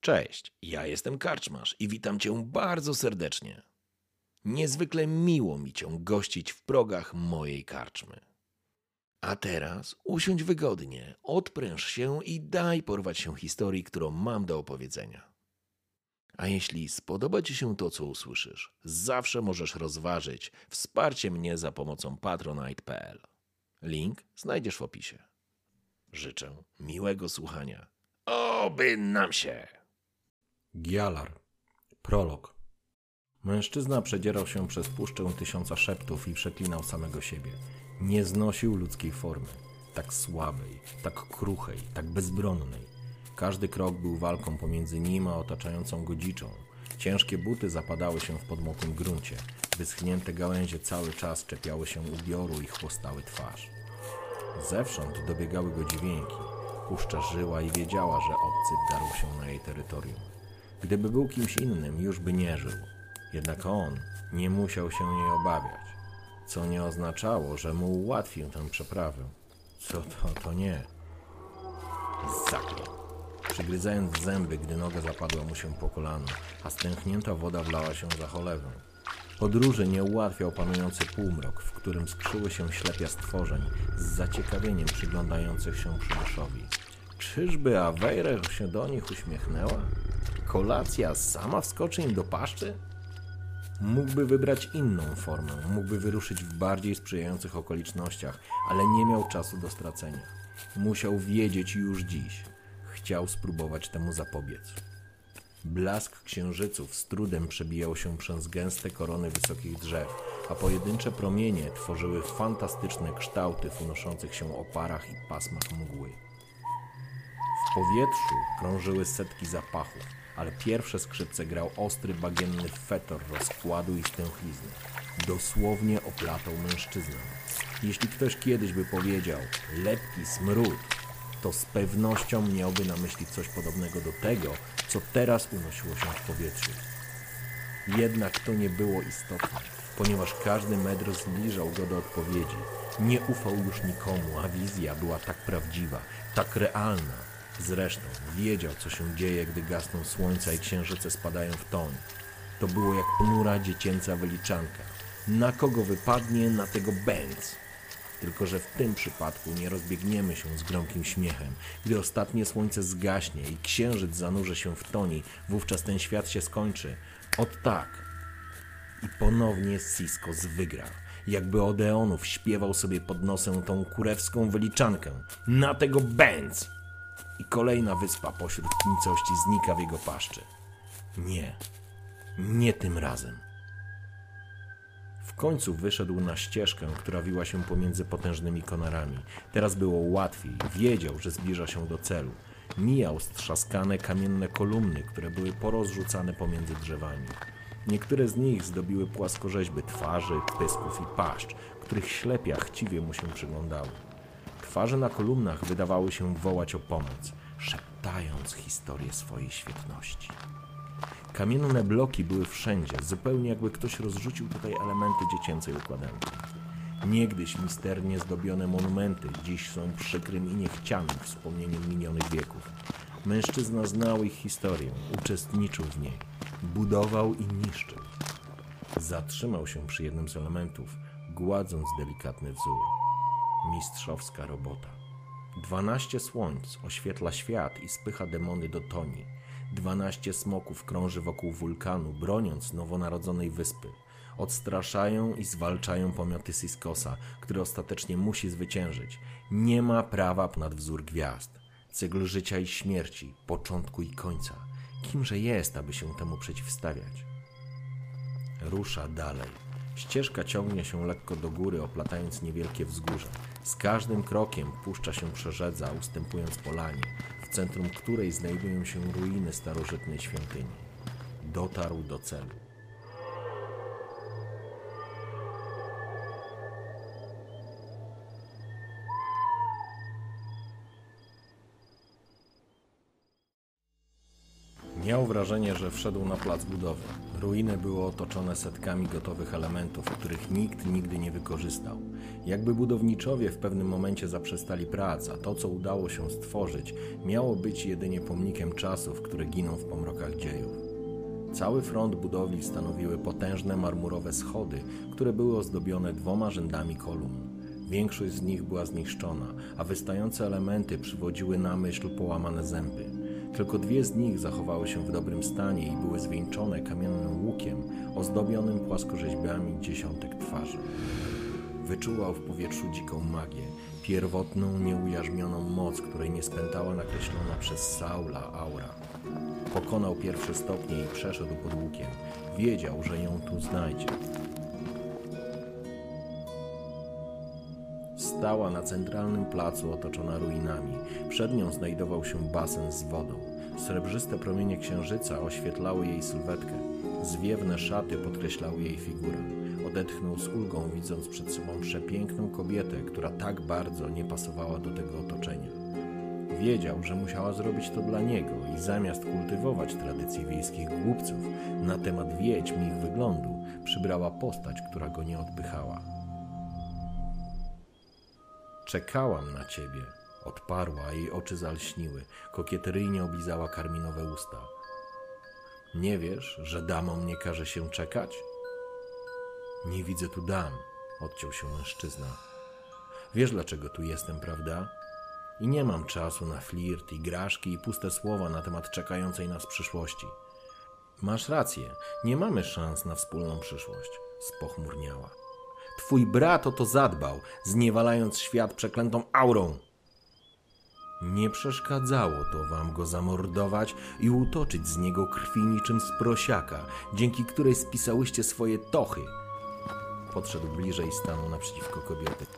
Cześć, ja jestem Karczmarz i witam Cię bardzo serdecznie. Niezwykle miło mi Cię gościć w progach mojej karczmy. A teraz usiądź wygodnie, odpręż się i daj porwać się historii, którą mam do opowiedzenia. A jeśli spodoba Ci się to, co usłyszysz, zawsze możesz rozważyć wsparcie mnie za pomocą patronite.pl. Link znajdziesz w opisie. Życzę miłego słuchania. Oby nam się! Gjalar. Prolog. Mężczyzna przedzierał się przez puszczę tysiąca szeptów i przeklinał samego siebie. Nie znosił ludzkiej formy. Tak słabej, tak kruchej, tak bezbronnej. Każdy krok był walką pomiędzy nim a otaczającą go dziczą. Ciężkie buty zapadały się w podmokłym gruncie. Wyschnięte gałęzie cały czas czepiały się ubioru i chłostały twarz. Zewsząd dobiegały go dźwięki. Puszcza żyła i wiedziała, że obcy wdarł się na jej terytorium. Gdyby był kimś innym, już by nie żył. Jednak on nie musiał się jej obawiać, co nie oznaczało, że mu ułatwił tę przeprawę. Co to nie. Zaklął, przygryzając zęby, gdy noga zapadła mu się po kolano, a stęchnięta woda wlała się za cholewę. Podróży nie ułatwiał panujący półmrok, w którym skrzyły się ślepia stworzeń, z zaciekawieniem przyglądających się przybyszowi. Czyżby Awejre się do nich uśmiechnęła? Kolacja sama wskoczy im do paszczy? Mógłby wybrać inną formę, mógłby wyruszyć w bardziej sprzyjających okolicznościach, ale nie miał czasu do stracenia. Musiał wiedzieć już dziś. Chciał spróbować temu zapobiec. Blask księżyców z trudem przebijał się przez gęste korony wysokich drzew, a pojedyncze promienie tworzyły fantastyczne kształty w unoszących się oparach i pasmach mgły. W powietrzu krążyły setki zapachów, ale pierwsze skrzypce grał ostry, bagienny fetor rozkładu i stęchlizny. Dosłownie oplatał mężczyznę. Jeśli ktoś kiedyś by powiedział lepki smród, to z pewnością miałby na myśli coś podobnego do tego, co teraz unosiło się w powietrzu. Jednak to nie było istotne, ponieważ każdy metr zbliżał go do odpowiedzi. Nie ufał już nikomu, a wizja była tak prawdziwa, tak realna. Zresztą wiedział, co się dzieje, gdy gasną słońca i księżyce spadają w toń. To było jak ponura dziecięca wyliczanka. Na kogo wypadnie, na tego bęc. Tylko że w tym przypadku nie rozbiegniemy się z gromkim śmiechem. Gdy ostatnie słońce zgaśnie i księżyc zanurzy się w toni, wówczas ten świat się skończy. Ot tak. I ponownie Siskos wygra. Jakby Odeonów śpiewał sobie pod nosem tą kurewską wyliczankę. Na tego bęc! I kolejna wyspa pośród nicości znika w jego paszczy. Nie tym razem. W końcu wyszedł na ścieżkę, która wiła się pomiędzy potężnymi konarami. Teraz było łatwiej, wiedział, że zbliża się do celu. Mijał strzaskane kamienne kolumny, które były porozrzucane pomiędzy drzewami. Niektóre z nich zdobiły płaskorzeźby twarzy, pysków i paszcz, których ślepia chciwie mu się przyglądały. Twarze na kolumnach wydawały się wołać o pomoc, szeptając historię swojej świetności. Kamienne bloki były wszędzie, zupełnie jakby ktoś rozrzucił tutaj elementy dziecięcej układanki. Niegdyś misternie zdobione monumenty dziś są przykrym i niechcianym wspomnieniem minionych wieków. Mężczyzna znał ich historię, uczestniczył w niej, budował i niszczył. Zatrzymał się przy jednym z elementów, gładząc delikatny wzór. Mistrzowska robota. 12 słońc oświetla świat i spycha demony do toni. 12 smoków krąży wokół wulkanu, broniąc nowonarodzonej wyspy. Odstraszają i zwalczają pomioty Siskosa, który ostatecznie musi zwyciężyć. Nie ma prawa ponad wzór gwiazd. Cykl życia i śmierci, początku i końca. Kimże jest, aby się temu przeciwstawiać? Rusza dalej. Ścieżka ciągnie się lekko do góry, oplatając niewielkie wzgórze. Z każdym krokiem puszcza się przerzedza, ustępując polanie, w centrum której znajdują się ruiny starożytnej świątyni. Dotarł do celu. Miał wrażenie, że wszedł na plac budowy. Ruiny były otoczone setkami gotowych elementów, których nikt nigdy nie wykorzystał. Jakby budowniczowie w pewnym momencie zaprzestali prac, a to, co udało się stworzyć, miało być jedynie pomnikiem czasów, które giną w pomrokach dziejów. Cały front budowli stanowiły potężne marmurowe schody, które były ozdobione 2 rzędami kolumn. Większość z nich była zniszczona, a wystające elementy przywodziły na myśl połamane zęby. Tylko 2 z nich zachowały się w dobrym stanie i były zwieńczone kamiennym łukiem ozdobionym płaskorzeźbami dziesiątek twarzy. Wyczuwał w powietrzu dziką magię, pierwotną, nieujarzmioną moc, której nie spętała nakreślona przez Saula aura. Pokonał pierwsze stopnie i przeszedł pod łukiem. Wiedział, że ją tu znajdzie. Stała na centralnym placu otoczona ruinami. Przed nią znajdował się basen z wodą. Srebrzyste promienie księżyca oświetlały jej sylwetkę. Zwiewne szaty podkreślały jej figurę. Odetchnął z ulgą, widząc przed sobą przepiękną kobietę, która tak bardzo nie pasowała do tego otoczenia. Wiedział, że musiała zrobić to dla niego i zamiast kultywować tradycje wiejskich głupców na temat wiedźm i ich wyglądu, przybrała postać, która go nie odpychała. Czekałam na ciebie, odparła, a jej oczy zalśniły, kokieteryjnie oblizała karminowe usta. Nie wiesz, że damom nie każe się czekać? Nie widzę tu dam, odciął się mężczyzna. Wiesz, dlaczego tu jestem, prawda? I nie mam czasu na flirt, igraszki i puste słowa na temat czekającej nas przyszłości. Masz rację, nie mamy szans na wspólną przyszłość, spochmurniała. Twój brat o to zadbał, zniewalając świat przeklętą aurą. Nie przeszkadzało to wam go zamordować i utoczyć z niego krwi niczym z prosiaka, dzięki której spisałyście swoje tochy. Podszedł bliżej i stanął naprzeciwko kobiety.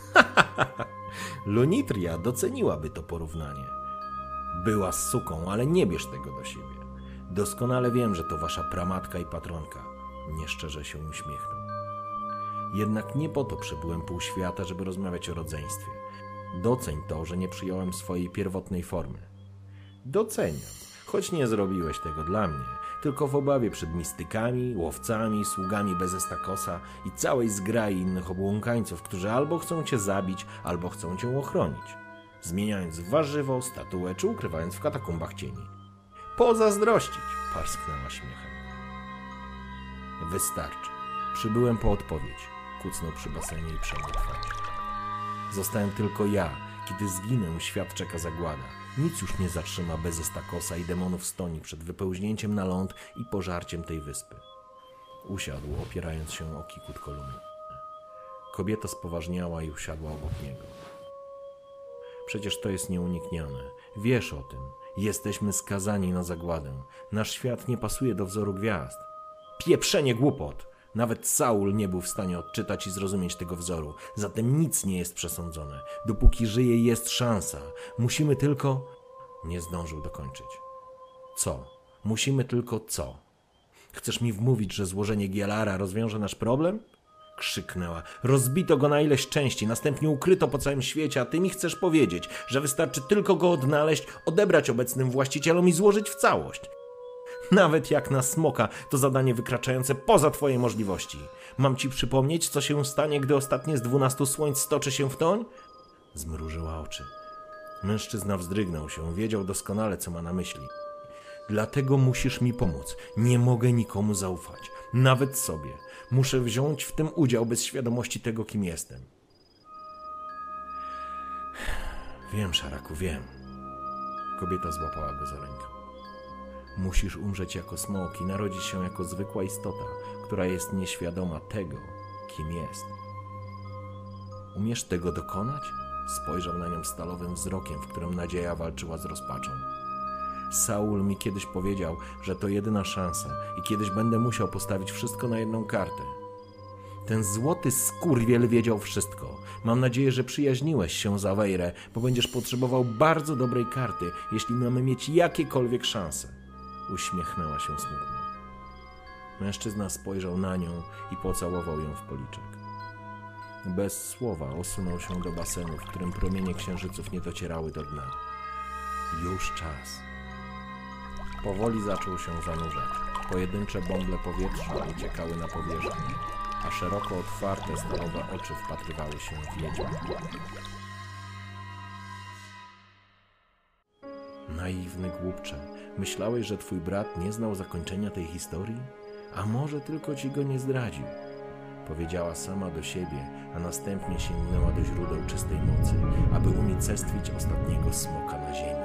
Lunitria doceniłaby to porównanie. Była suką, ale nie bierz tego do siebie. Doskonale wiem, że to wasza pramatka i patronka. Nieszczerze się uśmiechnął. Jednak nie po to przebyłem pół świata, żeby rozmawiać o rodzeństwie. Doceń to, że nie przyjąłem swojej pierwotnej formy. Doceniam, choć nie zrobiłeś tego dla mnie, tylko w obawie przed mistykami, łowcami, sługami Bezestakosa i całej zgrai innych obłąkańców, którzy albo chcą cię zabić, albo chcą cię ochronić, zmieniając w warzywo, statuę czy ukrywając w katakumbach cieni. Pozazdrościć, parsknęła śmiechem. Wystarczy. Przybyłem po odpowiedź. Kucnął przy basenie i przemył twarz. Zostałem tylko ja. Kiedy zginę, świat czeka zagłada. Nic już nie zatrzyma Bezestakosa i demonów stoni przed wypełźnięciem na ląd i pożarciem tej wyspy. Usiadł, opierając się o kikut kolumny. Kobieta spoważniała i usiadła obok niego. Przecież to jest nieuniknione. Wiesz o tym. Jesteśmy skazani na zagładę. Nasz świat nie pasuje do wzoru gwiazd. Pieprzenie głupot! Nawet Saul nie był w stanie odczytać i zrozumieć tego wzoru. Zatem nic nie jest przesądzone. Dopóki żyje, jest szansa. Musimy tylko... Nie zdążył dokończyć. Co? Musimy tylko co? Chcesz mi wmówić, że złożenie Gielara rozwiąże nasz problem? Krzyknęła. Rozbito go na ileś części, następnie ukryto po całym świecie, a ty mi chcesz powiedzieć, że wystarczy tylko go odnaleźć, odebrać obecnym właścicielom i złożyć w całość. Nawet jak na smoka, to zadanie wykraczające poza twoje możliwości. Mam ci przypomnieć, co się stanie, gdy ostatnie z 12 słońc stoczy się w toń? Zmrużyła oczy. Mężczyzna wzdrygnął się, wiedział doskonale, co ma na myśli. Dlatego musisz mi pomóc. Nie mogę nikomu zaufać. Nawet sobie. Muszę wziąć w tym udział bez świadomości tego, kim jestem. Wiem, Szaraku, wiem. Kobieta złapała go za rękę. Musisz umrzeć jako smok i narodzić się jako zwykła istota, która jest nieświadoma tego, kim jest. Umiesz tego dokonać? Spojrzał na nią stalowym wzrokiem, w którym nadzieja walczyła z rozpaczą. Saul mi kiedyś powiedział, że to jedyna szansa i kiedyś będę musiał postawić wszystko na jedną kartę. Ten złoty skurwiel wiedział wszystko. Mam nadzieję, że przyjaźniłeś się z Aweirę, bo będziesz potrzebował bardzo dobrej karty, jeśli mamy mieć jakiekolwiek szanse. Uśmiechnęła się smutno. Mężczyzna spojrzał na nią i pocałował ją w policzek. Bez słowa osunął się do basenu, w którym promienie księżyców nie docierały do dna. Już czas. Powoli zaczął się zanurzać. Pojedyncze bąble powietrza uciekały na powierzchnię, a szeroko otwarte stalowe oczy wpatrywały się w wiedźmę. Naiwny głupcze, myślałeś, że twój brat nie znał zakończenia tej historii? A może tylko ci go nie zdradził? Powiedziała sama do siebie, a następnie sięgnęła do źródeł czystej mocy, aby unicestwić ostatniego smoka na ziemi.